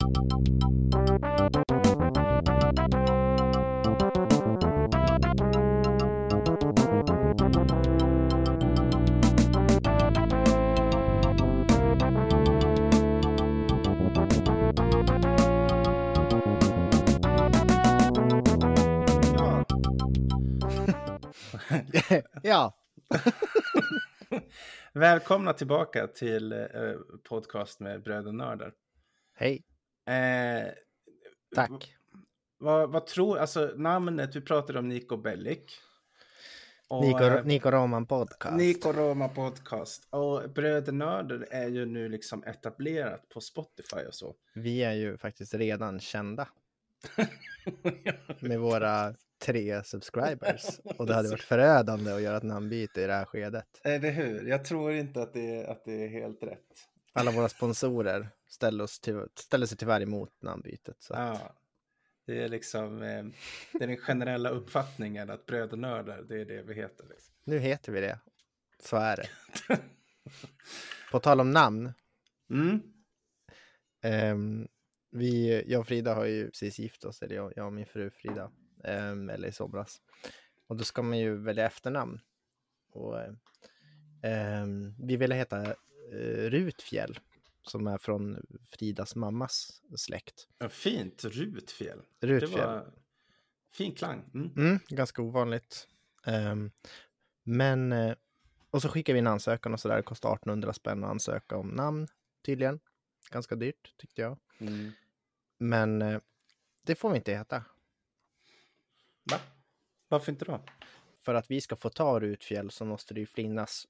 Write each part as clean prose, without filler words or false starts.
Ja. Välkomna tillbaka till podcast med Bröder Nördar. Hej. Tack. Vad tror, alltså namnet, vi pratade om Nico Bellic. Nico Roman podcast. Nico Roman podcast. Och Bröder Nördar är ju nu liksom etablerat på Spotify och så. Vi är ju faktiskt redan kända. Med våra 3 subscribers. Och det hade varit förödande att göra ett namnbyte i det här skedet. Eller hur? Jag tror inte att det är helt rätt. Alla våra sponsorer ställer sig tyvärr emot namnbytet. Så. Ja, det är liksom det är den generella uppfattningen att Bröder Nördar, det är det vi heter. Liksom. Nu heter vi det. Så är det. På tal om namn. Jag och Frida har ju precis gift oss, eller jag och min fru Frida, eller i somras. Och då ska man ju välja efternamn. Och vi ville heta Rutfjäll, som är från Fridas mammas släkt. Ja, fint, Rutfjäll. Det var fin klang. Ganska ovanligt. Men och så skickar vi en ansökan och sådär. Det kostar 1800 spänn att ansöka om namn, tydligen. Ganska dyrt, tyckte jag. Men det får vi inte heta. Va? Varför inte då? För att vi ska få ta Rutfjäll så måste det ju finnas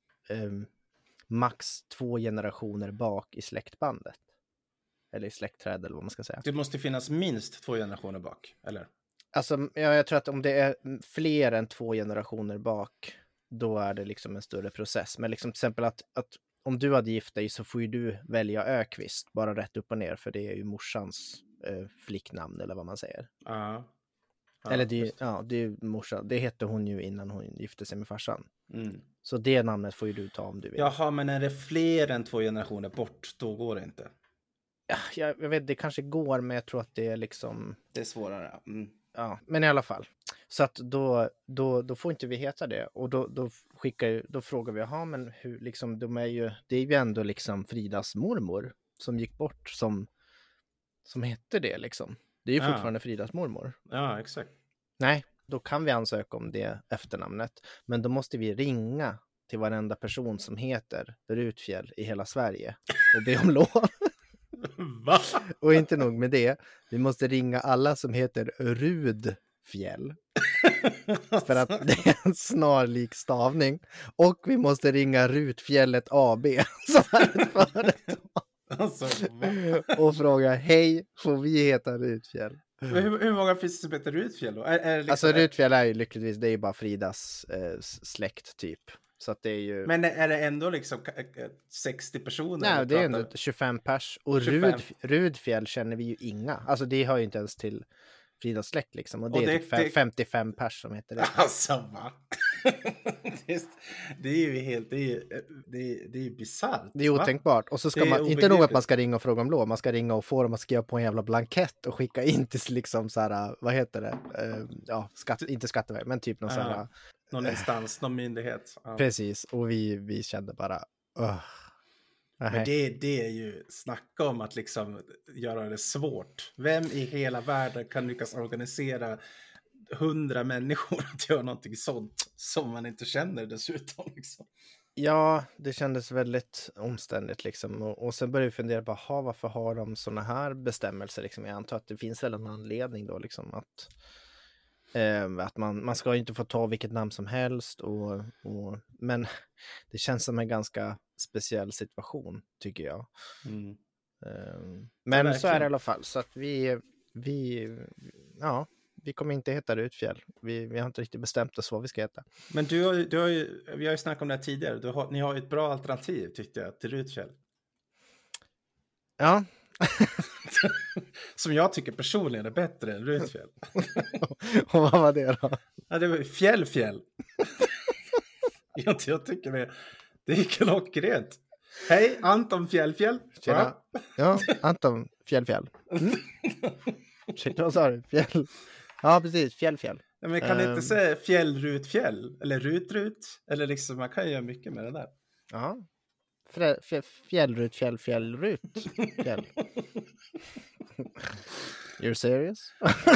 max 2 generationer bak i släktbandet. Eller i släktträd, eller vad man ska säga. Det måste finnas minst 2 generationer bak, eller? Alltså, jag tror att om det är fler än 2 generationer bak, då är det liksom en större process. Men liksom till exempel att om du hade gift dig så får ju du välja Ökvist, bara rätt upp och ner, för det är ju morsans flicknamn, eller vad man säger. Ja. Eller det är morsan. Det hette hon ju innan hon gifte sig med farsan. Så det namnet får ju du ta om du vill. Jaha, men är det fler än 2 generationer bort, då går det inte. Ja, jag vet, det kanske går, men jag tror att det är liksom... Det är svårare. Ja, men i alla fall. Så att då får inte vi heta det. Och då frågar vi, jaha, men hur, liksom, det är ju ändå liksom Fridas mormor som gick bort som hette det liksom. Det är ju fortfarande Fridas mormor. Ja, exakt. Nej, då kan vi ansöka om det efternamnet. Men då måste vi ringa till varenda person som heter Rutfjäll i hela Sverige och be om lov. Va? Och inte nog med det. Vi måste ringa alla som heter Rudfjäll. För att det är en snarlik stavning. Och vi måste ringa Rutfjället AB. Som är ett företag. Alltså, och fråga, hej, får vi heta Rutfjäll? Hur många finns det som heter Rutfjäll då? Liksom... Alltså Rutfjäll är ju lyckligtvis, det är ju bara Fridas släkt typ. Så att det är ju... Men är det ändå liksom 60 personer? Nej, det är ändå 25 pers. Och 25. Rudfjäll känner vi ju inga. Alltså det hör ju inte ens till Fridas släkt liksom. Och det är typ 55 pers som heter det. Alltså va? det är ju helt... Det är ju bisarrt. Det är otänkbart. Och så ska man, inte nog att man ska ringa och fråga om lov. Man ska ringa och få dem att skriva på en jävla blankett och skicka in till liksom så här, vad heter det? Inte Skatteverket, men typ någon så här... Någon instans, någon myndighet. Ja. Precis, och vi kände bara... Men det är ju snacka om att liksom göra det svårt. Vem i hela världen kan lyckas organisera 100 människor att göra någonting sånt som man inte känner dessutom liksom? Ja, det kändes väldigt omständigt liksom. Och sen började vi fundera på, varför har de såna här bestämmelser liksom? Jag antar att det finns väl en anledning då liksom att man ska inte få ta vilket namn som helst men det känns som en ganska speciell situation tycker jag. Men så är det i alla fall, så att vi kommer inte heta Rutfjäll. Vi har inte riktigt bestämt oss vad vi ska heta. Vi Men vi har ju snackat om det här tidigare. Ni har ju ett bra alternativ tyckte jag till Rutfjäll. Ja. Som jag tycker personligen är bättre än Rutfjäll. Och vad var det då? Ja, det var fjäll. Jag tycker det är klockrent. Hej, Anton Fjällfjäll. Tjena. Ja, Anton Fjällfjäll. Shit, vad sa du? Fjäll. Ja, precis. Fjällfjäll. Ja, men kan inte säga fjäll. Eller rut. Eller liksom, man kan ju göra mycket med det där. Ja. Fjällrut. Fjäll. You're serious?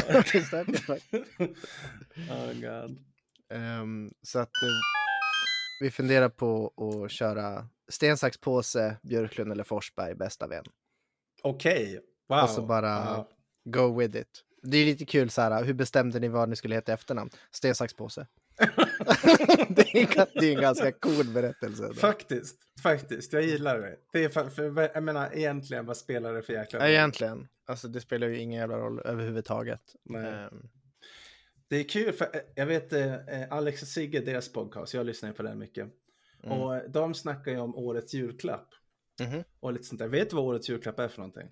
Oh god. Så att vi funderar på att köra sten, sax, påse, Björklund eller Forsberg, bästa vän. Okej. Wow. Och så bara go with it. Det är lite kul så här, hur bestämde ni vad ni skulle heta i efternamn? Sten, sax, påse. det är en ganska cool berättelse. Där. Faktiskt, jag gillar det. Det är för jag menar, egentligen, vad spelar det för jäkla roll? Ja, egentligen. Alltså det spelar ju ingen jävla roll överhuvudtaget. Det är kul, för jag vet Alex och Sigge, deras podcast, jag lyssnar på den mycket. Och de snackar ju om årets julklapp. Och lite sånt där. Vet du vad årets julklapp är för någonting?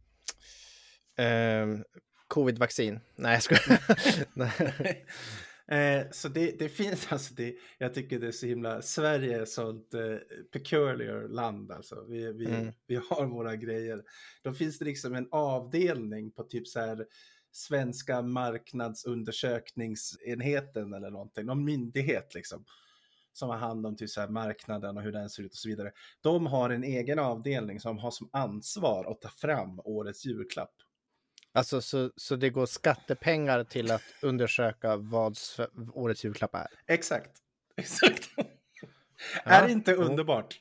Covid-vaccin. Nej, jag skojar. Så det finns alltså jag tycker det är så himla, Sverige är ett sånt peculiar land alltså. Vi har våra grejer. Då finns det liksom en avdelning på typ så här svenska marknadsundersökningsenheten eller någonting, någon myndighet liksom, som har hand om typ så här marknaden och hur den ser ut och så vidare. De har en egen avdelning som har som ansvar att ta fram årets julklapp. Alltså så det går skattepengar till att undersöka vad årets julklapp är. Exakt. Är det inte underbart?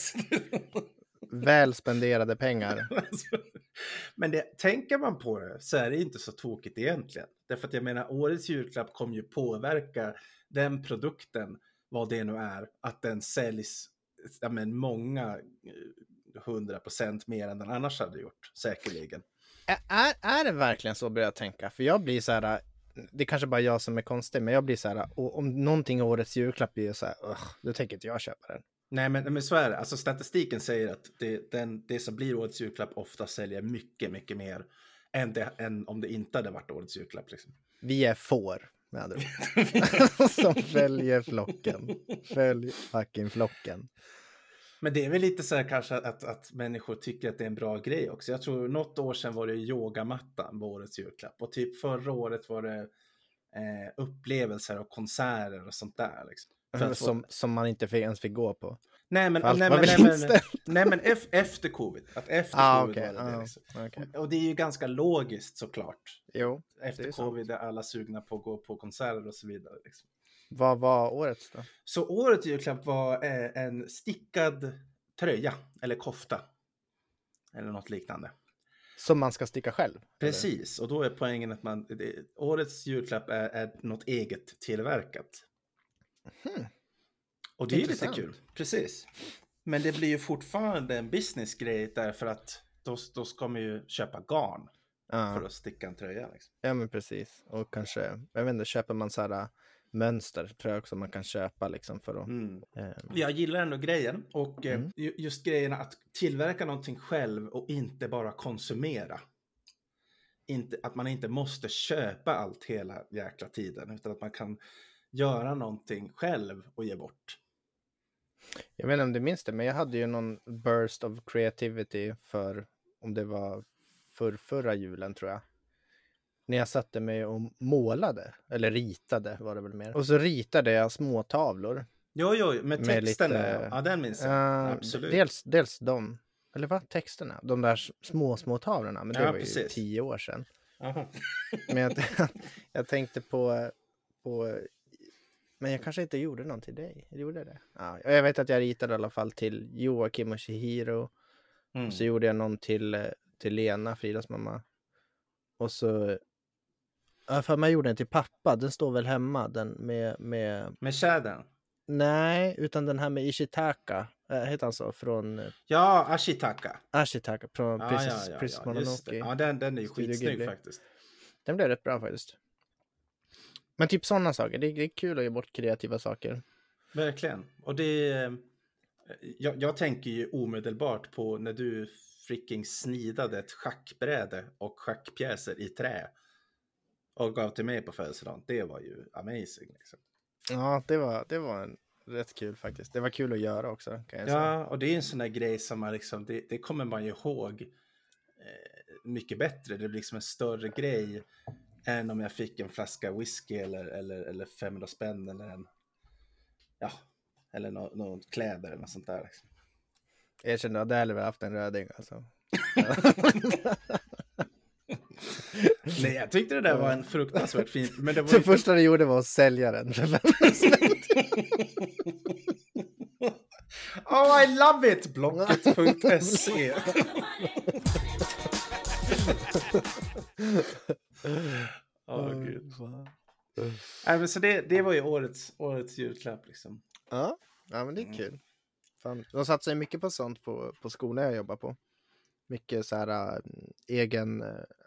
Väl spenderade pengar. Men tänker man på det så är det inte så tokigt egentligen. Därför att jag menar, årets julklapp kommer ju påverka den produkten, vad det nu är, att den säljs många 100% mer än den annars hade gjort, säkerligen. Är det verkligen så, börjar jag tänka? För jag blir så här, det är kanske bara jag som är konstig, men jag blir så här, och om någonting av årets julklapp blir så här, då tänker inte jag köpa den. Nej, men så är det. Alltså statistiken säger att det som blir årets julklapp ofta säljer mycket, mycket mer än om det inte hade varit årets julklapp. Liksom. Vi är får, med andra ord. Som följer flocken. Följ fucking flocken. Men det är väl lite så här kanske att människor tycker att det är en bra grej också. Jag tror något år sedan var det yogamattan på årets julklapp. Och typ förra året var det upplevelser och konserter och sånt där. Liksom. Som man inte ens fick gå på. Nej men efter covid. Att efter covid okay. var det liksom. Okay. Och det är ju ganska logiskt såklart. Jo, efter covid är alla sugna på att gå på konserter och så vidare. Liksom. Vad var årets då? Så årets julklapp var en stickad tröja eller kofta. Eller något liknande. Som man ska sticka själv? Precis, eller? Och då är poängen att årets julklapp är något eget tillverkat. Och det är lite kul, precis. Men det blir ju fortfarande en businessgrej därför att då ska man ju köpa garn för att sticka en tröja. Liksom. Ja, men precis. Och kanske, jag vet inte, köper man så här mönster tror jag också man kan köpa liksom för att... Jag gillar ändå grejen och just grejen att tillverka någonting själv och inte bara konsumera. Att man inte måste köpa allt hela jäkla tiden utan att man kan göra någonting själv och ge bort. Jag vet inte om du minns det, men jag hade ju någon burst of creativity för, om det var förra julen tror jag. När jag satte mig och målade, eller ritade var det väl mer. Och så ritade jag små tavlor. Jo, med texterna. Ja, den minns jag. Absolut. Dels de, eller vad, texterna? De där små tavlorna, men det var ju 10 år sedan. Men jag tänkte på, men jag kanske inte gjorde någon till dig. Jag gjorde det. Ja, jag vet att jag ritade i alla fall till Joakim och Shihiro. Och så gjorde jag någon till Lena, Fridas mamma. Och så för mig gjorde den till pappa. Den står väl hemma, den med tjädern? Nej, utan den här med Ishitaka. Heter han så? Från... Ja, Ashitaka från Princess Mononoke. Ja, den är ju skitsnygg faktiskt. Den blev rätt bra faktiskt. Men typ sådana saker. Det är kul att ge bort kreativa saker. Verkligen. Och jag tänker ju omedelbart på när du freaking snidade ett schackbräde och schackpjäser i trä och gav till mig på födelsedagen. Det var ju amazing liksom. Ja, det var rätt kul faktiskt. Det var kul att göra också, kan jag säga. Ja, och det är en sån där grej som man liksom, det kommer man ju ihåg mycket bättre. Det blir liksom en större grej än om jag fick en flaska whisky eller 500 spänn eller någon kläder eller något sånt där. Liksom. Jag kände att det hade väl haft en röding alltså. Nej, jag tyckte det där var en fruktansvärt fin. Men det var så första det gjorde var att sälja den. Oh, I love it! Blocket.se. Gud. Nej, men så det var ju årets julklapp liksom. Ja, men det är kul. Fan. De satsar ju mycket på sånt på skolan jag jobbar på. Mycket så här egen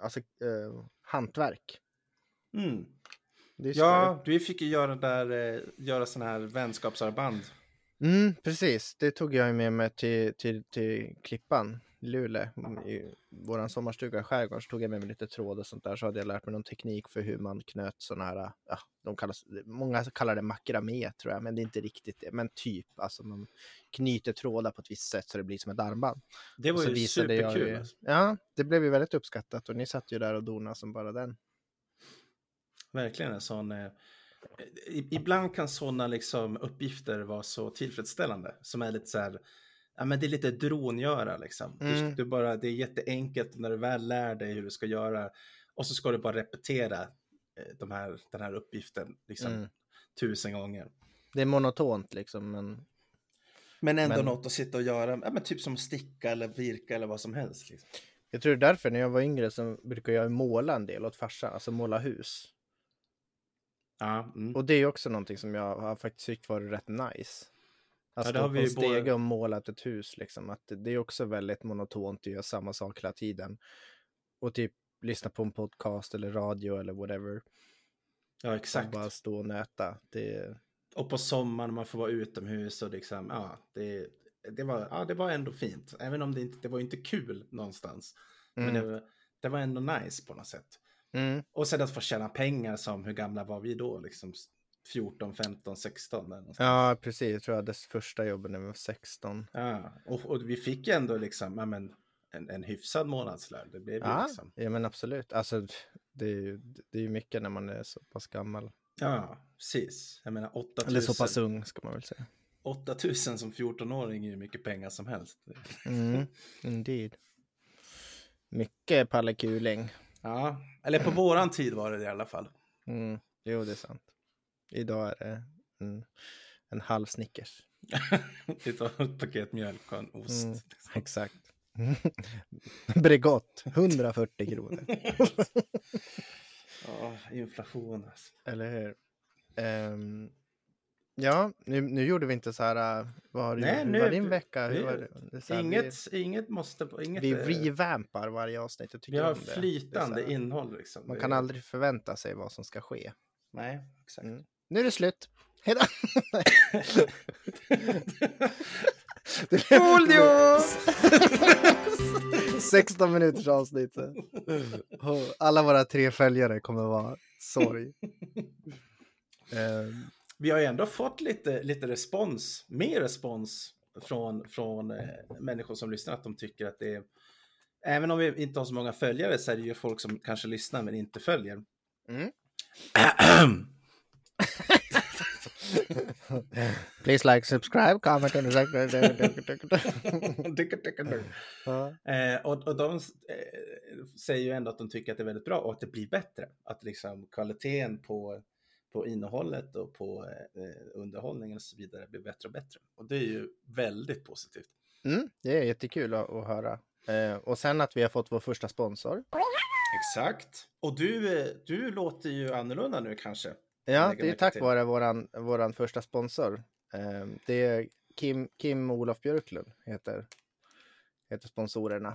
hantverk. Mm. Ja, du fick ju göra såna här vänskapsarmband. Precis. Det tog jag med mig till Klippan, Luleå. I våran sommarstuga i skärgården så tog jag med mig lite tråd och sånt där. Så hade jag lärt mig någon teknik för hur man knöt såna här, många kallar det makramé tror jag, men det är inte riktigt det. Men typ, alltså man knyter trådar på ett visst sätt så det blir som ett armband. Det var ju superkul. Ja, det blev ju väldigt uppskattat och ni satt ju där och donade som bara den. Verkligen en sån... Ibland kan sådana liksom uppgifter vara så tillfredsställande. Som är lite så här... Ja, men det är lite drongöra liksom. Det är jätteenkelt när du väl lär dig hur du ska göra. Och så ska du bara repetera den här uppgiften liksom 1000 gånger. Det är monotont liksom. Men ändå något att sitta och göra. Ja, men typ som sticka eller virka eller vad som helst. Liksom. Jag tror därför när jag var yngre så brukade jag måla en del åt farsan. Alltså måla hus. Ja, Och det är också någonting som jag har faktiskt tyckt varit rätt nice. Alltså ja, på steg och målat ett hus liksom. Att det är också väldigt monotont att göra samma sak hela tiden. Och typ lyssna på en podcast eller radio eller whatever. Ja, exakt. Och bara stå och nöta. Och på sommaren man får vara utomhus och liksom, det var ändå fint. Även om det var inte kul någonstans. Men det var ändå nice på något sätt. Och sen att få tjäna pengar som, hur gamla var vi då? Liksom 14, 15, 16 eller ja, precis. Jag tror jag dess första jobben när vi var 16. Ja, och vi fick ändå liksom, en hyfsad månadslön. Det blev ju liksom. Ja, men absolut. Alltså, det är ju mycket när man är så pass gammal. Ja, precis. Jag menar 8 000. Eller så pass ung ska man väl säga. 8 000 som 14-åring är ju mycket pengar som helst. Indeed. Mycket pallekuling. Ja, eller på våran tid var det i alla fall. Jo, det är sant. Idag är det en halv Snickers. Ett paket mjölk och en ost. Liksom. Exakt. Bregott, 140 kronor. Ja, inflation alltså. Eller hur? Ja, nu gjorde vi inte så här. Hur var din vecka? Inget måste... vi revampar varje avsnitt. Vi har flytande innehåll. Liksom. Man kan aldrig förvänta sig vad som ska ske. Nej, exakt. Nu är det slut. Hej då! Folios! 16 minuters avsnitt. Alla våra 3 följare kommer vara sorg. Vi har ju ändå fått lite respons, mer respons från människor som lyssnar, att de tycker att det är, även om vi inte har så många följare så är det ju folk som kanske lyssnar men inte följer. Please like, subscribe, comment and och de säger ju ändå att de tycker att det är väldigt bra och att det blir bättre. Att liksom kvaliteten på innehållet och på underhållningen och så vidare blir bättre och bättre. Och det är ju väldigt positivt. Det är jättekul att höra. Och sen att vi har fått vår första sponsor. Exakt. Och du låter ju annorlunda nu kanske. Ja, det är tack vare våran första sponsor. Det är Kim och Olof Björklund heter sponsorerna.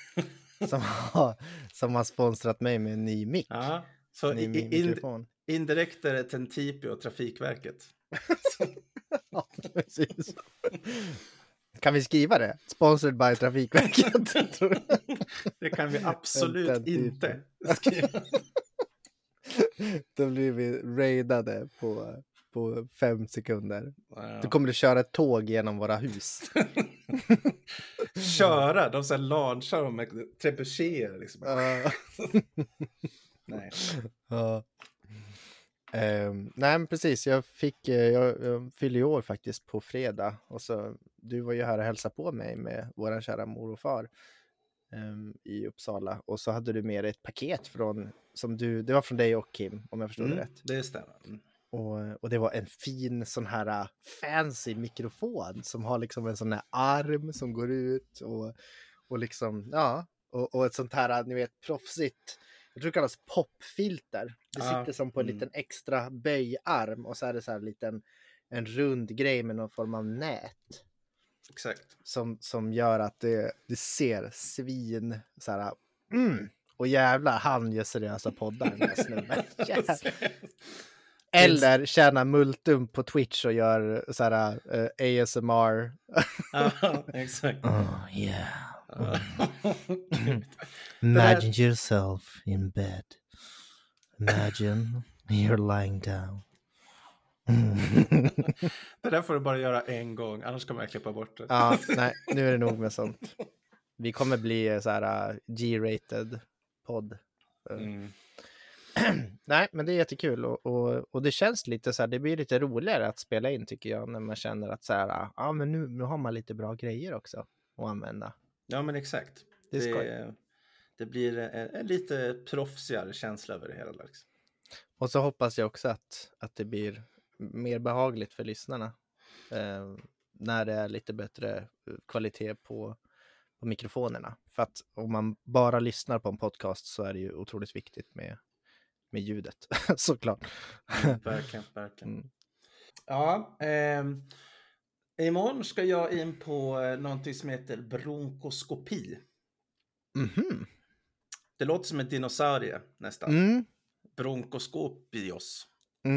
som har sponsrat mig med en ny mick. Ja, så indirekt är det Tentipi och Trafikverket. Ja, precis. Kan vi skriva det? Sponsored by Trafikverket. Det kan vi absolut inte skriva. Då blir vi raidade på på 5 sekunder. Wow. Du kommer att köra ett tåg genom våra hus. Köra? De så här launchar dem med trebuchéer liksom. Nej. Nej men precis, jag fyller ju år faktiskt på fredag. Och så, du var ju här och hälsade på mig med våran kära mor och far i Uppsala. Och så hade du med dig ett paket det var från dig och Kim, om jag förstod det rätt. Det stämmer. Och det var en fin sån här fancy mikrofon som har liksom en sån här arm som går ut och liksom, ja, och ett sånt här, ni vet, proffsigt, jag tror det kallas popfilter. Det sitter som på en liten extra böjarm och så är det så här en rund grej med någon form av nät. Exakt. Som gör att det ser svin så här, och jävlar, han gör seriösa poddar den här snubben. Eller tjäna multum på Twitch och gör så här ASMR. Exakt. Oh yeah. Imagine yourself in bed. Imagine you're lying down. Det där får du bara göra en gång, annars kommer jag klippa bort det. Ja, nej, nu är det nog med sånt. Vi kommer bli så här G-rated podd. Nej, men det är jättekul och det känns lite så här, det blir lite roligare att spela in tycker jag, när man känner att så här, ja men nu har man lite bra grejer också att använda. Ja men exakt. Det blir en lite proffsigare känsla över det hela. Liksom. Och så hoppas jag också att det blir mer behagligt för lyssnarna när det är lite bättre kvalitet på mikrofonerna. För att om man bara lyssnar på en podcast så är det ju otroligt viktigt med ljudet, såklart. Verkligen. Ja, imorgon ska jag in på någonting som heter bronkoskopi. Mm-hmm. Det låter som en dinosaurie nästan. Bronkoskopios.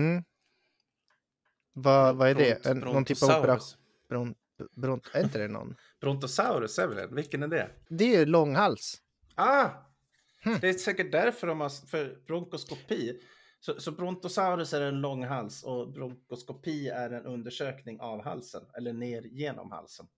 Vad är det? Någon typ av operation? Är inte det någon? Brontosaurus är väl det? Vilken är det? Det är ju långhals. Det är säkert därför de har för bronkoskopi. Så brontosaurus är en lång hals och bronkoskopi är en undersökning av halsen eller ner genom halsen.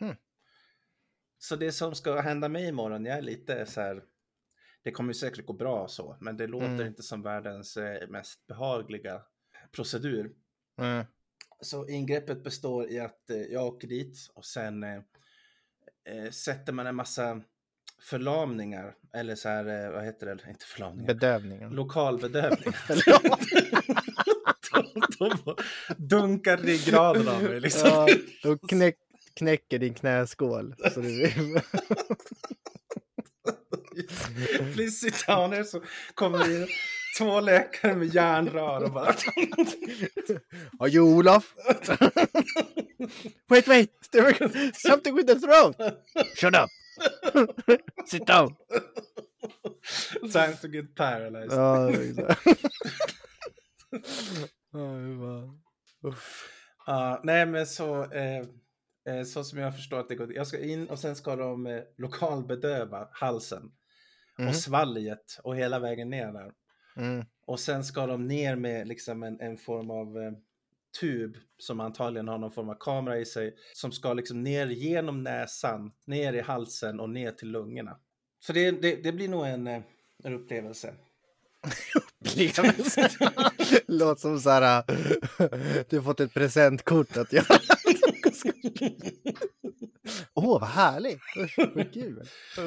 Så det som ska hända mig imorgon, jag är lite så här, det kommer ju säkert gå bra så, men det låter inte som världens mest behagliga procedur. Så ingreppet består i att jag åker dit och sen sätter man en massa förlamningar eller så här, vad heter det? Inte förlamningar. Bedövningar. Lokalbedövning. de dunkar ryggraden av mig liksom. Ja, de knäcker din knäskål. Så Please sit down here, så kommer det 2 läkare med järnrör och bara Are you Olof? Wait, something with the throat. Shut up. Sit down. Time to get paralyzed. Ja, nej men så som jag förstår att det går. Jag ska in och sen ska de lokalbedöva halsen och svalget och hela vägen ner där. Och sen ska de ner med liksom en form av tub som antagligen har någon form av kamera i sig som ska liksom ner genom näsan, ner i halsen och ner till lungorna. Så det blir nog en upplevelse. Låter som så här du har fått ett presentkort att göra. Vad härligt. Vad kul.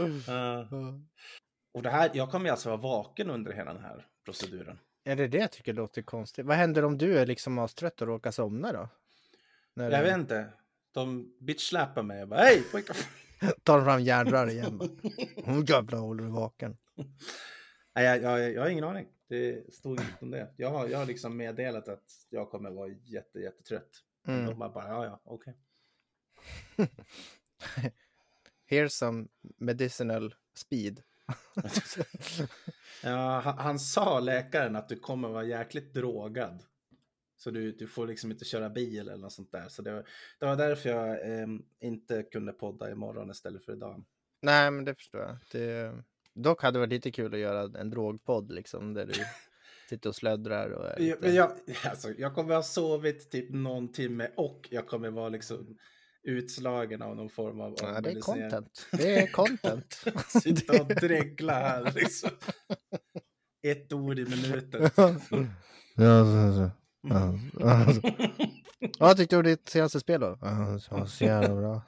Och det här, jag kommer alltså vara vaken under hela den här proceduren. Är det jag tycker låter konstigt? Vad händer om du är liksom astrött och råkar somna då? Jag vet inte. De bitchsläpar mig och bara, hej, wake up. Tar fram järnrör igen. Jävlar, håller du vaken? Nej, jag har ingen aning. Det stod inte om det. Jag har liksom meddelat att jag kommer vara jättetrött. De bara, ja, okej. Here's some medicinal speed. Ja, han sa läkaren att du kommer vara jäkligt drogad. Så du får liksom inte köra bil eller något sånt där. Så det var därför jag inte kunde podda imorgon istället för idag. Nej, men det förstår jag. Dock hade det varit lite kul att göra en drogpodd liksom. Där du Sitter och slöddrar och jag kommer ha sovit typ någon timme och jag kommer vara liksom utslagen av någon form av ja, det är medicinering. content. Det är content. Sitta och dregla här liksom. Ett ord i minuten. Vad tyckte du om ditt senaste spel då? Ja, så jävla bra.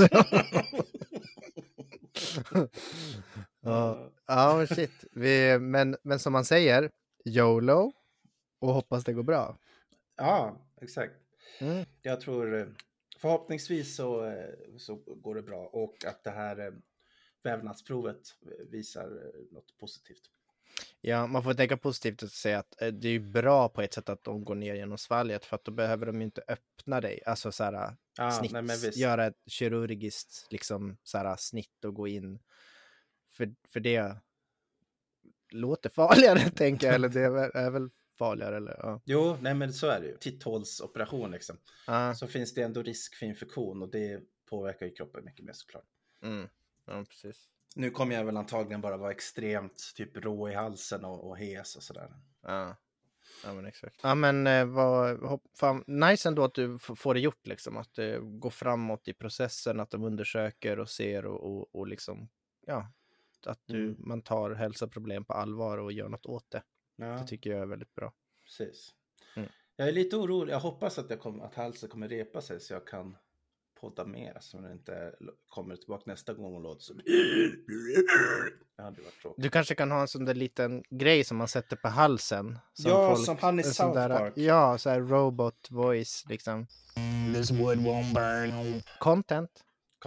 Ja, men shit. Men som man säger, YOLO och hoppas det går bra. Ja, exakt. Jag tror förhoppningsvis så går det bra och att det här vävnadsprovet visar något positivt. Ja, man får tänka positivt och säga att det är bra på ett sätt att de går ner genom svalget, för att då behöver de ju inte öppna dig. Alltså så här göra ett kirurgiskt liksom så här snitt och gå in. För det låter farligare, tänker jag. Eller det är väl farligare, eller? Ja. Jo, nej men så är det ju. Titthålsoperation liksom. Så finns det ändå risk för infektion och det påverkar ju kroppen mycket mer såklart. Ja, precis. Nu kommer jag väl antagligen bara vara extremt typ rå i halsen och hes och sådär. Ja, men exakt. Ja, men fan, nice ändå att du får det gjort liksom. Att det går framåt i processen, att de undersöker och ser och liksom, ja, att man tar hälsoproblem på allvar och gör något åt det. Ja. Det tycker jag är väldigt bra. Precis. Jag är lite orolig. Jag hoppas att halsen kommer repa sig så jag kan podda mer, så den inte kommer tillbaka nästa gång och låter så. Det hade varit tråkigt. Du kanske kan ha en sån där liten grej som man sätter på halsen. Som han i South Park. Ja, så här robot voice liksom. This wood won't burn. Content.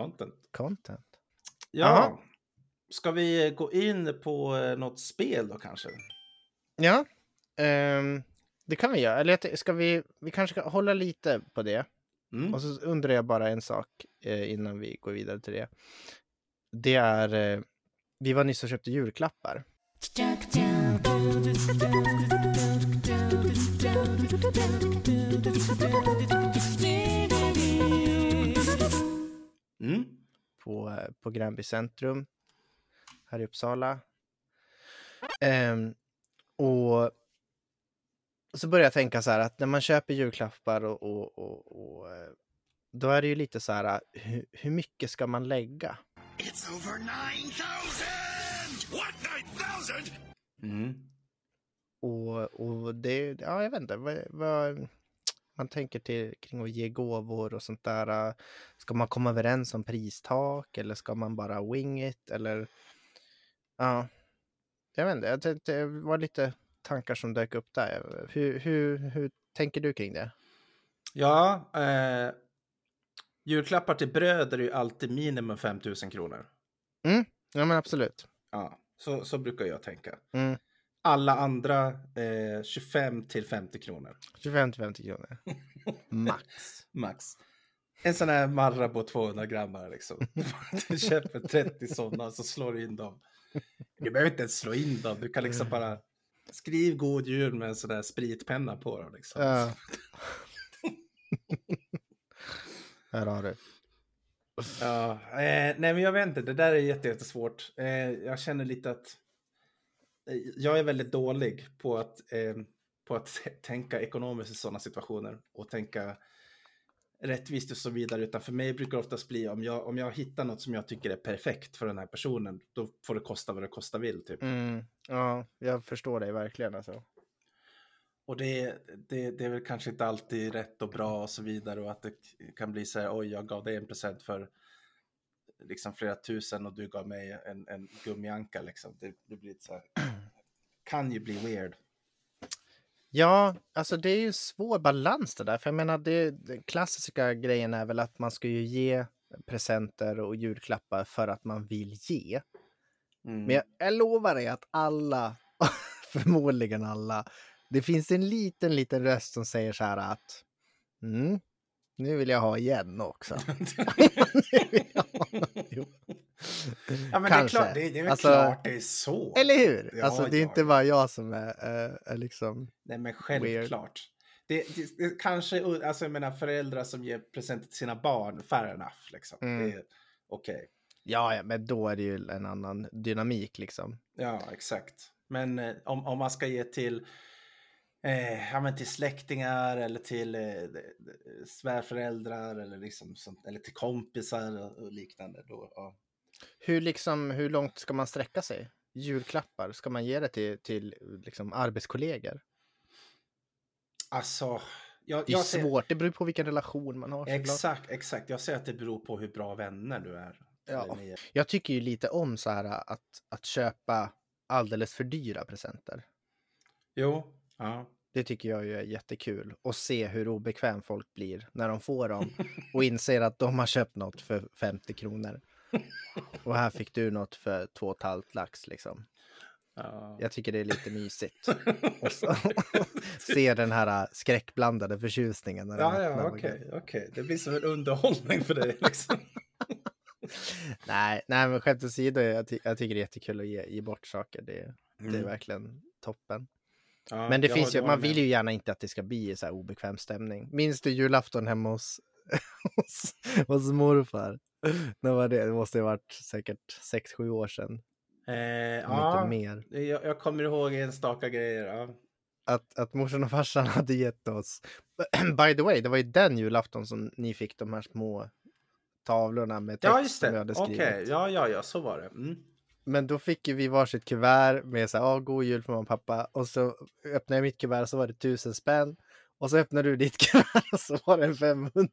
Ja. Aha. Ska vi gå in på något spel då kanske? Ja. Det kan vi göra. Eller ska vi kanske ska hålla lite på det. Och så undrar jag bara en sak innan vi går vidare till det. Det är, vi var nyss och köpte julklappar. På Gränby centrum här i Uppsala. Och så börjar jag tänka så här att när man köper julklappar och då är det ju lite så här, hur mycket ska man lägga? It's over 9,000! What, 9,000? Och det, ja, jag vet inte vad man tänker kring att ge gåvor och sånt där. Ska man komma överens om pristak eller ska man bara wing it? Eller, ja, jag vet inte. Jag tänkte, det var lite tankar som dök upp där. Hur tänker du kring det? Ja, julklappar till bröder är ju alltid minimum 5 000 kronor. Ja, men absolut. Ja, så brukar jag tänka. Alla andra 25 till 50 kronor. 25 till 50 kronor. Max. En sån här Marabou 200 grammar liksom. Du köper 30 sådana så slår du in dem. Du behöver inte ens slå in dem. Du kan liksom bara skriv god jul med en sån där spritpenna på dem liksom. Ja. Här har du. Ja, nej men jag vet inte. Det där är jättesvårt. Jag känner lite att jag är väldigt dålig på att tänka ekonomiskt i sådana situationer och tänka rättvist och så vidare, utan för mig brukar det oftast bli om jag hittar något som jag tycker är perfekt för den här personen, då får det kosta vad det kosta vill typ. Ja, jag förstår dig verkligen alltså. Och det är väl kanske inte alltid rätt och bra och så vidare, och att det kan bli så här, oj, jag gav dig en present för liksom flera tusen och du gav mig en gummianka liksom. Det blir så här, kan ju bli weird. Ja, alltså det är ju svår balans det där. För jag menar, den klassiska grejen är väl att man ska ju ge presenter och julklappar för att man vill ge. Men jag lovar dig att alla, förmodligen alla, det finns en liten röst som säger så här att nu vill jag ha igen också. Ja, men kanske. Det är väl alltså, klart det är så. Eller hur? Ja, alltså det är inte bara jag som är liksom. Nej, men självklart. Det kanske, alltså jag menar föräldrar som ger presenter till sina barn, fair enough liksom. Det är okej. Ja, men då är det ju en annan dynamik liksom. Ja, exakt. Men om man ska ge till Ja, men till släktingar eller till svärföräldrar eller liksom sånt, eller till kompisar och liknande då. Ja. Hur långt ska man sträcka sig? Julklappar, ska man ge det till liksom arbetskollegor? Alltså, det är svårt, det beror på vilken relation man har. Exakt. Jag säger att det beror på hur bra vänner du är. Ja. Jag tycker ju lite om så här att köpa alldeles för dyra presenter. Jo, ja. Det tycker jag ju är jättekul. Och se hur obekväm folk blir när de får dem. Och inser att de har köpt något för 50 kronor. Och här fick du något för 2,5 lax liksom. Ja. Jag tycker det är lite mysigt. Och så, se den här skräckblandade förtjusningen. När Okej. Det blir som en underhållning för dig liksom. nej, men skämt åsido, jag tycker det är jättekul att ge bort saker. Det är verkligen toppen. Ja, men det finns ju, man vill ju gärna inte att det ska bli så här obekväm stämning. Minns du julafton hemma hos morfar? När var det? Det måste ha varit säkert 6-7 år sedan. Inte mer. Jag kommer ihåg enstaka grejer. Ja. Att morsan och farsan hade gett oss. By the way, det var ju den julafton som ni fick de här små tavlorna med text. Ja, just det. Som jag hade skrivit. Okej. Ja, så var det. Men då fick vi varsitt kuvert med så här, god jul för mamma och pappa. Och så öppnade jag mitt kuvert och så var det 1000 spänn. Och så öppnade du ditt kuvert och så var det en 500.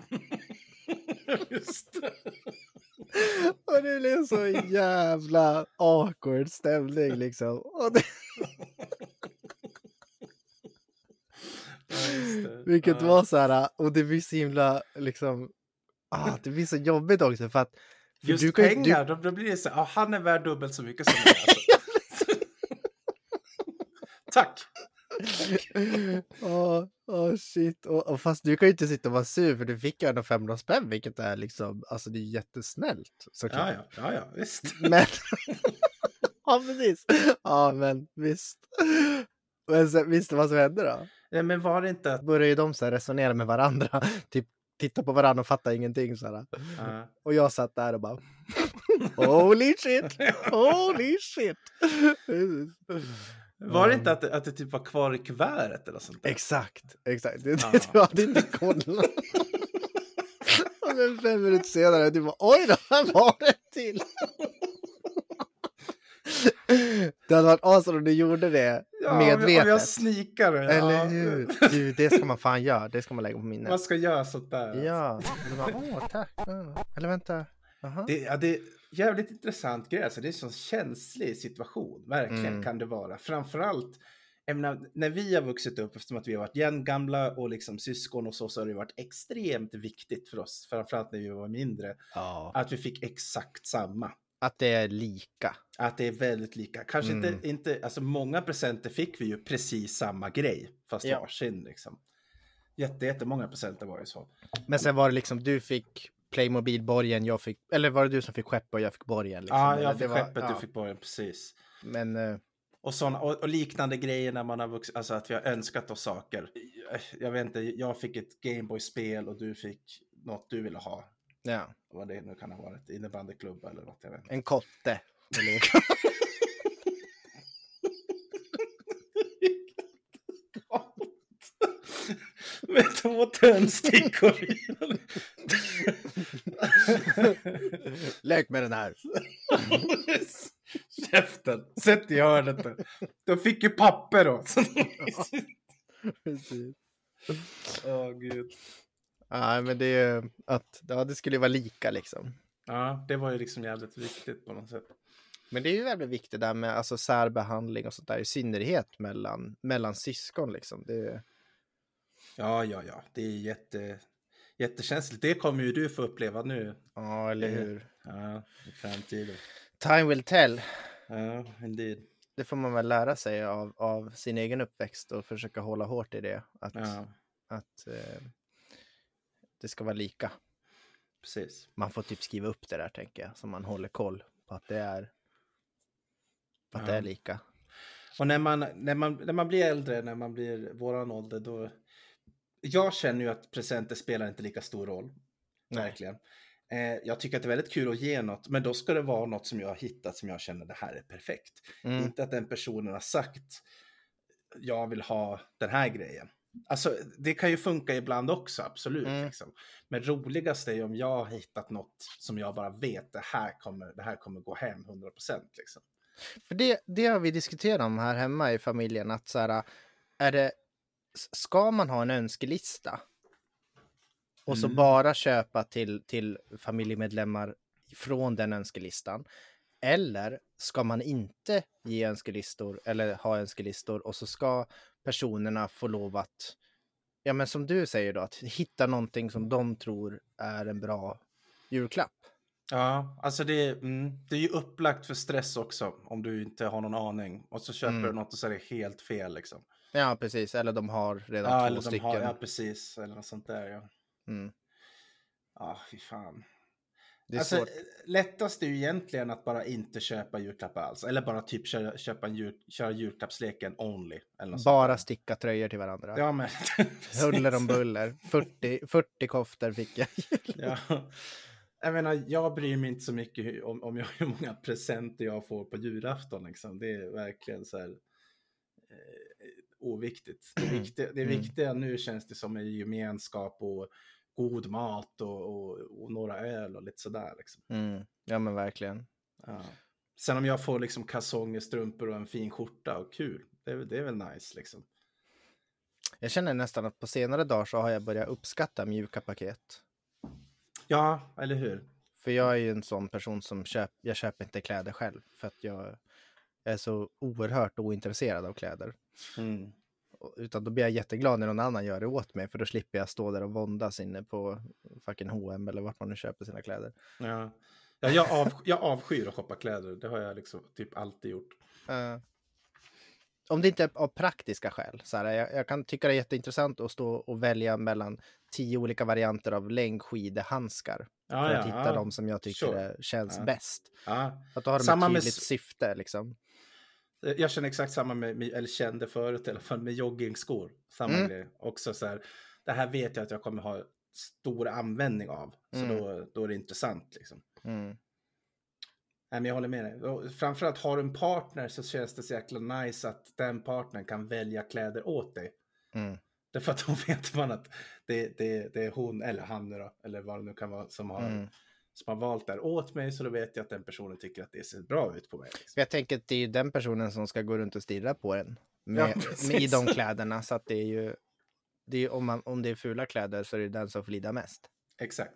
Just det. Och det blev så jävla awkward stämning liksom. Och det... Vilket var så här, och det blir så himla liksom, det blir så jobbigt också för att just du pengar, då blir det så han är värd dubbelt så mycket som jag. Alltså. Tack. Shit. Och fast du kan ju inte sitta och vara sur för du fick ju ändå 500 spänn, vilket är liksom, alltså det är jättesnällt såklart. Ja, visst. Men ja, precis. Ja, men visst. Men sen, visst vad som hände då? Ja, men var det inte att... Började ju de så här resonera med varandra, typ titta på varandra och fatta ingenting så här. Och jag satt där och bara holy shit. Var det inte att det typ var kvar i kuvertet eller sånt där? Exakt. Du hade inte kollat. Och sen 5 minuter senare du bara, oj då, här var det till. Det hade varit awesome om du gjorde det medvetet. Om jag snikade. Eller hur? Du, det ska man fan göra. Det ska man lägga på minnet. Man ska göra sånt där. Ja. Bara, tack. Eller vänta. Det är jävligt intressant grej. Alltså, det är en sån känslig situation. Verkligen kan det vara. Framförallt, jag menar, när vi har vuxit upp, eftersom att vi har varit jämngamla och liksom syskon och så har det varit extremt viktigt för oss. Framförallt när vi var mindre. Att vi fick exakt samma. Att det är lika. Att det är väldigt lika. Kanske inte, alltså många presenter fick vi ju precis samma grej. Fast varsin liksom. Jättemånga presenter var det så. Men sen var det liksom, du fick Playmobil-borgen, jag fick, eller var det du som fick skepp och jag fick borgen? Liksom? Ja, jag fick skeppet, du fick borgen, precis. Men... Och såna, och liknande grejer när man har vuxit, alltså att vi har önskat oss saker. Jag vet inte, jag fick ett Gameboy-spel och du fick något du ville ha. Ja. Vad det nu kan ha varit, innebandyklubb eller något, jag vet inte. En kotte. Med 2 tändstickor i. Lek med den här. Käften, sätt i hörnet. De fick ju papper då. Precis. Gud. Ja, men det är att det skulle vara lika liksom. Ja, det var ju liksom jävligt viktigt på något sätt. Men det är ju väldigt viktigt där med alltså särbehandling och sånt där, i synnerhet mellan syskon liksom. Det... Ja. Det är jättekänsligt. Det kommer ju du få uppleva nu. Ja, eller hur? Ja, i framtiden. Time will tell. Ja, indeed. Det får man väl lära sig av sin egen uppväxt och försöka hålla hårt i det. Att det ska vara lika. Precis. Man får typ skriva upp det där, tänker jag. Så man håller koll på att det är det är lika. Och när man blir äldre, när man blir våran ålder, då... Jag känner ju att presenter spelar inte lika stor roll. Nej. Verkligen. Jag tycker att det är väldigt kul att ge något. Men då ska det vara något som jag har hittat som jag känner det här är perfekt. Inte att den personen har sagt jag vill ha den här grejen. Alltså det kan ju funka ibland också, absolut. Liksom. Men roligast är ju om jag har hittat något som jag bara vet, det här kommer gå hem 100%. Liksom. För det har vi diskuterat om här hemma i familjen, att så här, ska man ha en önskelista och så bara köpa till familjemedlemmar från den önskelistan, eller ska man inte ge önskelistor eller ha önskelistor och så ska personerna få lov att, ja men som du säger då, att hitta någonting som de tror är en bra julklapp. Ja, alltså det är ju upplagt för stress också om du inte har någon aning. Och så köper du något och så är det helt fel liksom. Ja, precis. Eller de har redan två stycken. Ja, precis. Eller något sånt där, ja. Ja, fy fan. Det är alltså, svårt. Lättast är ju egentligen att bara inte köpa julklappar alls. Eller bara typ köra julklappsleken only. Eller något bara sånt sticka tröjor till varandra. Ja, men huller om buller. 40 koftor fick jag. Ja. Jag menar, jag bryr mig inte så mycket om hur många presenter jag får på julafton. Liksom. Det är verkligen så här oviktigt. Det viktiga nu känns det som en gemenskap och god mat och några öl och lite sådär. Liksom. Ja, men verkligen. Ja. Sen om jag får liksom kalsonger, strumpor och en fin skjorta och kul. Det är väl nice liksom. Jag känner nästan att på senare dagar så har jag börjat uppskatta mjuka paket. Ja, eller hur? För jag är ju en sån person som jag köper inte kläder själv. För att jag är så oerhört ointresserad av kläder. Utan då blir jag jätteglad när någon annan gör det åt mig. För då slipper jag stå där och våndas inne på fucking H&M eller vart man nu köper sina kläder. Ja, jag avskyr att shoppa kläder. Det har jag liksom typ alltid gjort. Om det inte är av praktiska skäl. Så här, jag kan tycka det är jätteintressant att stå och välja mellan 10 olika varianter av längdskidhandskar. För att hitta de som jag tycker känns bäst. Ja. För att då har de ett tydligt syfte liksom. Jag känner exakt samma eller kände förut i alla fall med joggingskor. Samma grej. Också så här, det här vet jag att jag kommer ha stor användning av. Så då är det intressant liksom. Nej, men jag håller med dig. Framförallt har du en partner så känns det så jäkla nice att den partnern kan välja kläder åt dig. Därför att då vet man att det är hon eller han då, eller vad det nu kan vara som har valt där åt mig, så då vet jag att den personen tycker att det ser bra ut på mig. Liksom. Jag tänker att det är den personen som ska gå runt och stirra på en i de kläderna, så att det är ju om det är fula kläder så är det den som får lida mest. Exakt.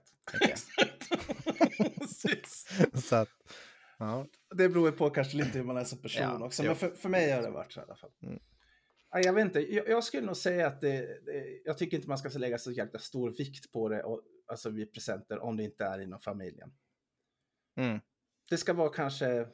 Så att, ja. Det beror på kanske lite hur man är som person också, men för mig har det varit så i alla fall. Jag vet inte, jag skulle nog säga att jag tycker inte man ska lägga så jäkla stor vikt på det, alltså vid presenter, om det inte är inom familjen. Det ska vara kanske,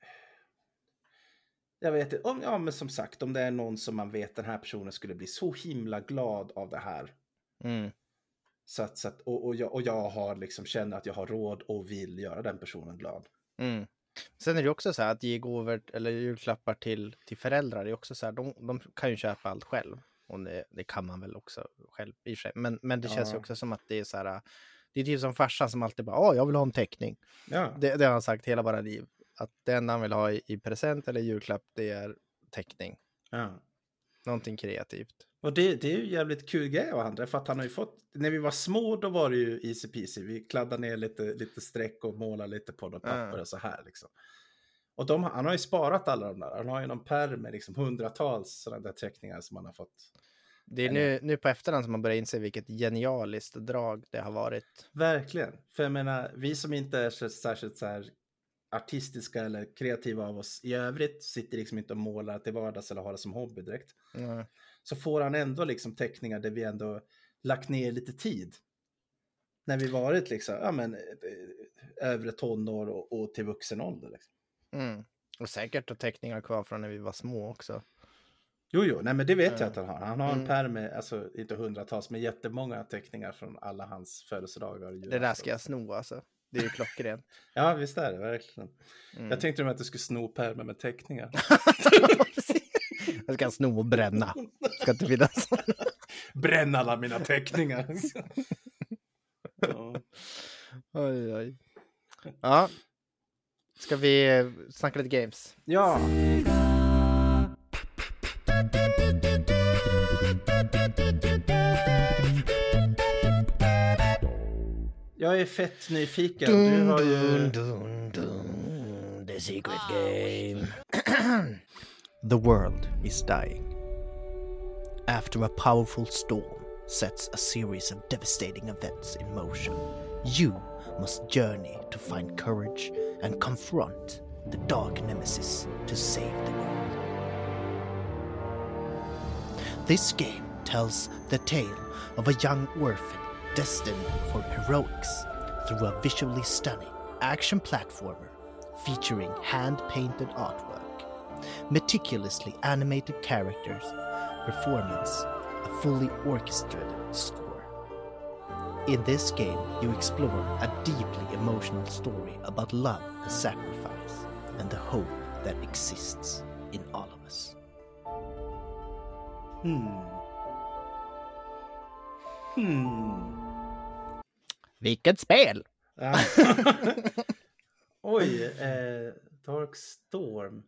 jag vet inte, men som sagt, om det är någon som man vet den här personen skulle bli så himla glad av det här. Så att jag har liksom, känner att jag har råd och vill göra den personen glad. Sen är det också så här att ge gåvor eller julklappar till föräldrar är också så här, de kan ju köpa allt själv, och det kan man väl också själv i sig, men det känns ju också som att det är så här, det är typ som farsan som alltid bara, jag vill ha en teckning. Det har han sagt hela våra liv, att det enda han vill ha i present eller julklapp, det är teckning. Någonting kreativt. Och det är ju jävligt kul grej av han, för att han har ju fått, när vi var små då var det ju easy peasy, vi kladdade ner lite streck och målade lite på något papper och så här liksom. Och han har ju sparat alla de där, han har ju någon pärm med liksom hundratals sådana där teckningar som han har fått. Det är nu på efterhand som man börjar inse vilket genialiskt drag det har varit. Verkligen, för jag menar, vi som inte är särskilt så här artistiska eller kreativa av oss i övrigt, sitter liksom inte och målar till vardags eller har det som hobby direkt. Så får han ändå liksom teckningar där vi ändå lagt ner lite tid. När vi varit liksom, övre tonår och till vuxen ålder. Liksom. Och säkert att teckningar kvar från när vi var små också. Jo, nej men det vet jag att han har. Han har en pärm med, alltså inte hundratals, men jättemånga teckningar från alla hans födelsedagar. Det där ska jag sno alltså. Det är ju klockrent. Ja, visst är det, verkligen. Jag tänkte att du skulle sno pärmen med teckningar. Jag ska sno och bränna. Ska inte finnas. Bränna alla mina teckningar. Oj. Ja. Ska vi snacka lite games? Ja. Jag är fett nyfiken. Du har ju... The secret game. The world is dying. After a powerful storm sets a series of devastating events in motion, you must journey to find courage and confront the dark nemesis to save the world. This game tells the tale of a young orphan destined for heroics through a visually stunning action platformer featuring hand-painted artwork, meticulously animated characters, performance, a fully orchestrated score. In this game, you explore a deeply emotional story about love and sacrifice, and the hope that exists in all of us. Vilket spel! Ja. Oj, Dark Storm.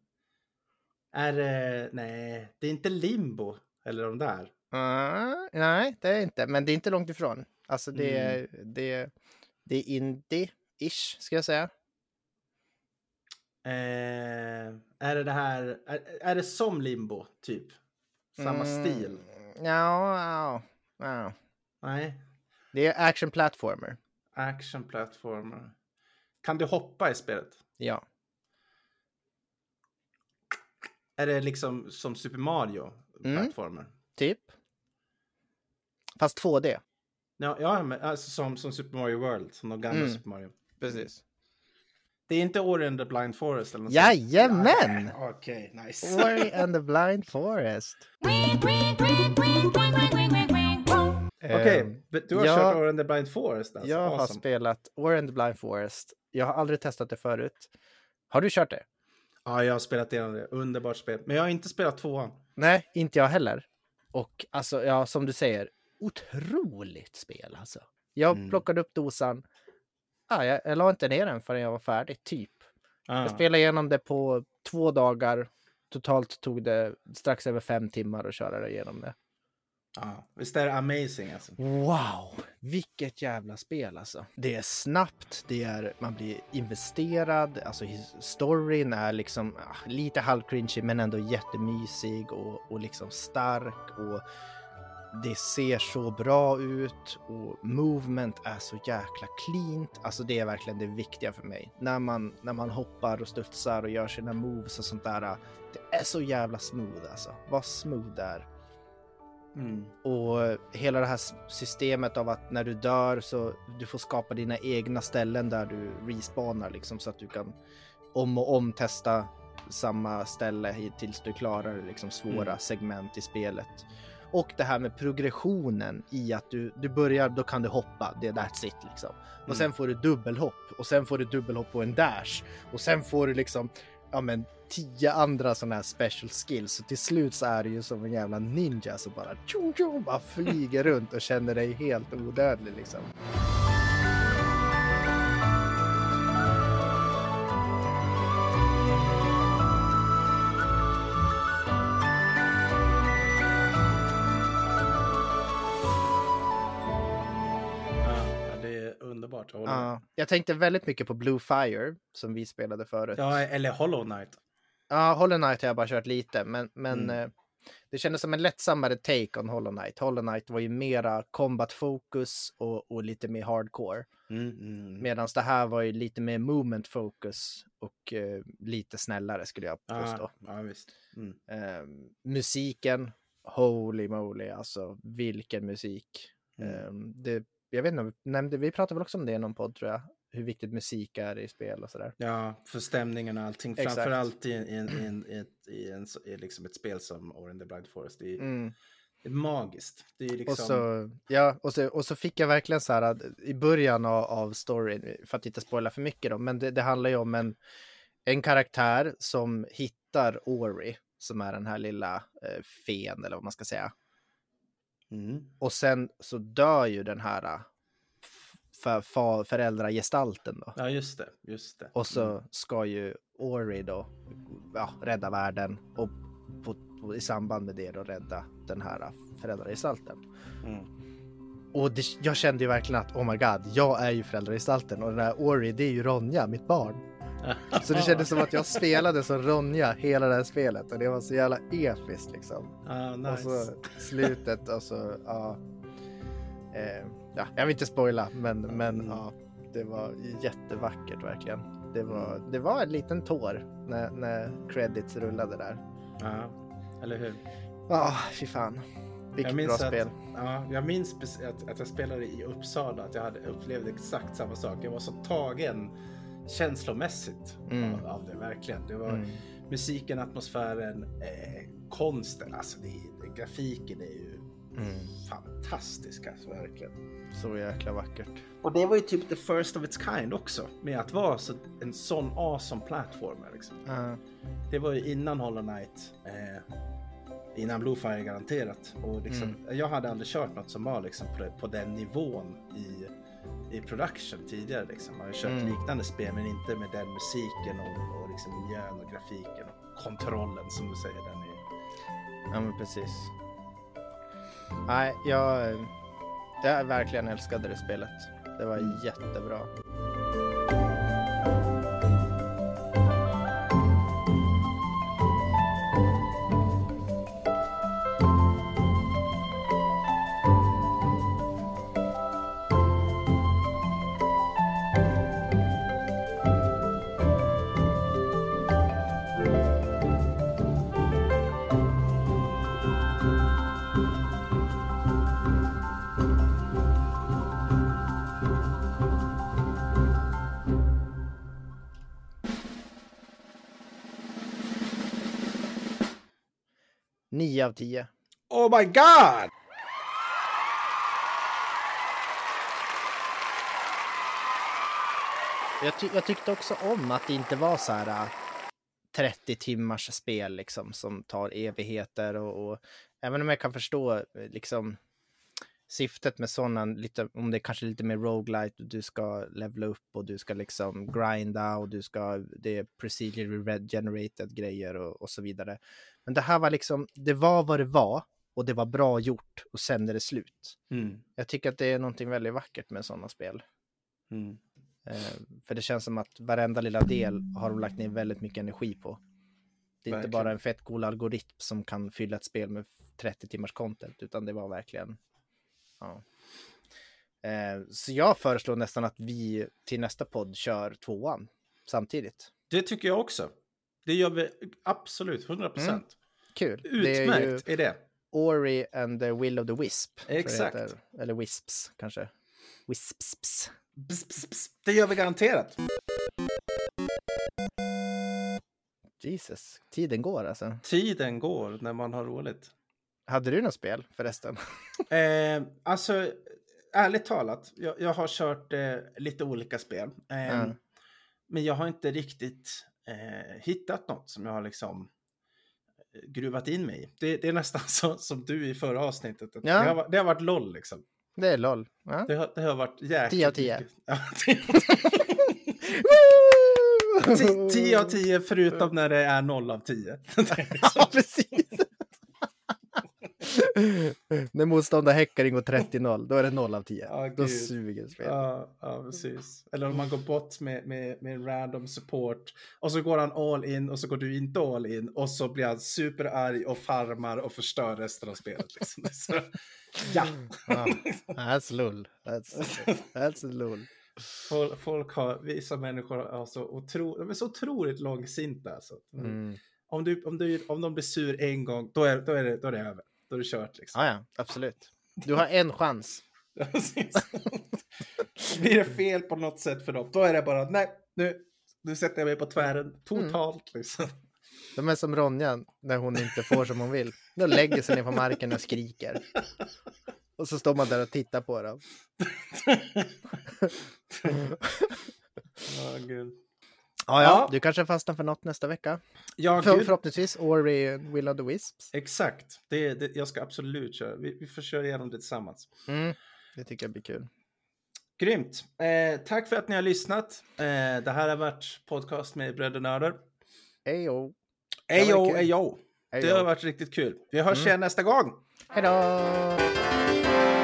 Nej, det är inte Limbo eller de där. Nej, det är inte, men det är inte långt ifrån. Alltså det är indie-ish, ska jag säga. Är det här, är det som Limbo, typ? Samma stil? Ja. Nej. Det är action platformer. Action platformer. Kan du hoppa i spelet? Ja. Är det liksom som Super Mario platformer? Typ. Fast 2D. Ja, men alltså som Super Mario World, som de gamla Super Mario. Precis. Det är inte Ori and the Blind Forest eller något Jajamän! Okej, nice. Ori and the Blind Forest. Okej, du har kört Ori and the Blind Forest alltså. Jag har spelat Ori and the Blind Forest. Jag har aldrig testat det förut. Har du kört det? Ja, jag har spelat igenom det. Underbart spel. Men jag har inte spelat 2:an. Nej, inte jag heller. Och alltså, ja, som du säger, otroligt spel alltså. Jag plockade upp dosan. Jag la inte ner den förrän jag var färdig, typ. Jag spelade igenom det på 2 dagar. Totalt tog det strax över 5 timmar att köra det igenom det. Ja, visst är det amazing alltså. Wow, vilket jävla spel alltså. Det är snabbt, man blir investerad, alltså storyn är liksom lite halvcringy men ändå jättemysig och liksom stark, och det ser så bra ut och movement är så jäkla cleant. Alltså det är verkligen det viktiga för mig. När man hoppar och studsar och gör sina moves och sånt där, det är så jävla smooth alltså. Vad smooth det är. Och hela det här systemet av att när du dör så du får skapa dina egna ställen där du respawnar liksom, så att du kan om och om testa samma ställe tills du klarar liksom svåra segment i spelet. Och det här med progressionen i att du börjar, då kan du hoppa, that's it liksom. Och sen får du dubbelhopp, och sen får du dubbelhopp på en dash, och sen får du liksom 10 andra sådana här special skills. Så till slut så är det ju som en jävla ninja som bara flyger runt och känner dig helt odödlig liksom. Underbart. Jag tänkte väldigt mycket på Blue Fire som vi spelade förut. Ja, eller Hollow Knight. Ja, Hollow Knight har jag bara kört lite, men det kändes som en lättsammare take on Hollow Knight. Hollow Knight var ju mera combat-fokus och lite mer hardcore. Medan det här var ju lite mer movement-fokus och lite snällare, skulle jag påstå. Ja, visst. Musiken, holy moly, alltså vilken musik. Jag vet inte, vi pratade väl också om det i någon podd, tror jag. Hur viktigt musik är i spel och sådär. Ja, för stämningen och allting. Exakt. Framförallt i liksom ett spel som Ori and the Blind Forest. Det är magiskt. Det är liksom... och så fick jag verkligen så här i början av storyn, för att inte spoila för mycket då, men det handlar ju om en karaktär som hittar Ori, som är den här lilla fen, eller vad man ska säga. Och sen så dör ju den här föräldragestalten då. Ja, just det. Och så ska ju Ori då rädda världen och i samband med det då rädda den här föräldragestalten. Och jag kände ju verkligen att, oh my god, jag är ju föräldragestalten och den här Ori, det är ju Ronja, mitt barn. Så det kändes som att jag spelade som Ronja hela det här spelet och det var så jävla episkt liksom. Nice. Och så slutet och så, ja, jag vill inte spoila, men ja, det var jättevackert verkligen. Det var en liten tår när credits rullade där. Ja, eller hur? Ja, fy fan. Vilket bra spel. Jag minns att jag spelade i Uppsala, att jag upplevde exakt samma sak. Jag var så tagen känslomässigt av det, verkligen. Det var musiken, atmosfären, konsten, alltså grafiken är ju fantastisk, alltså, verkligen. Så jäkla vackert. Och det var ju typ the first of its kind också, med att vara en sån awesome plattformer liksom. Det var ju innan Hollow Knight, innan Bluefire garanterat, och liksom, jag hade aldrig kört något som var liksom på den nivån i production tidigare liksom. Jag har kört liknande spel, men inte med den musiken och liksom miljön och grafiken och kontrollen, som du säger, den är... Ja, men precis. Nej, jag verkligen älskade det spelet. Det var jättebra. Av 10. Oh my god! Jag tyckte också om att det inte var så här 30 timmars spel liksom, som tar evigheter och även om jag kan förstå liksom syftet med sådana, lite, om det är kanske lite mer roguelite och du ska levela upp och du ska liksom grinda och det är procedurally regenerated grejer och så vidare. Men det här var liksom, det var vad det var och det var bra gjort och sen är det slut. Jag tycker att det är någonting väldigt vackert med sådana spel. För det känns som att varenda lilla del har de lagt ner väldigt mycket energi på. Det är inte bara en fett cool algoritm som kan fylla ett spel med 30 timmars content, utan det var verkligen... Ja. Så jag föreslår nästan att vi till nästa podd kör 2:an samtidigt. Det tycker jag också. Det gör vi absolut, 100%. Kul. Utmärkt är det. Ori and the Will of the Wisp. Exakt. Eller Wisps kanske. Wisps. Det gör vi garanterat. Jesus, tiden går alltså. Tiden går när man har roligt. Hade du något spel förresten? Alltså, ärligt talat, jag har kört lite olika spel. Men jag har inte riktigt hittat något som jag har liksom gruvat in mig i. Det är nästan så som du i förra avsnittet. Ja. Det har varit LOL liksom. Det är LOL. Ja. Det har varit jäkligt 10 av 10. Ja, 10 av 10 förutom när det är 0 av 10. Ja, precis. När motståndare häckar går 30-0, då är det 0 av 10. Då suger spel. Ja, precis. Eller om man går bort med random support och så går han all in och så går du inte all in och så blir han superarg och farmar och förstör resten av spelet. Liksom. Så, ja. That's LOL. That's LOL. Vissa människor de är så otroligt långsinta. Alltså. Om de blir sur en gång, då är det över. Då är det kört liksom. Ja, absolut. Du har en chans. Blir det fel på något sätt för dem, då är det bara, nej, nu sätter jag mig på tvären totalt liksom. De är som Ronja när hon inte får som hon vill. Då lägger sig ner på marken och skriker. Och så står man där och tittar på dem. Gud. Ja, du kanske fastnar för något nästa vecka. Ja, förhoppningsvis Ori Will of the Wisps. Exakt. Jag ska absolut köra. Vi får köra igenom det tillsammans. Det tycker jag blir kul. Grymt. Tack för att ni har lyssnat. Det här har varit podcast med Bröder Nördar. Ejo. Det har varit riktigt kul. Vi hörs igen nästa gång. Hej då!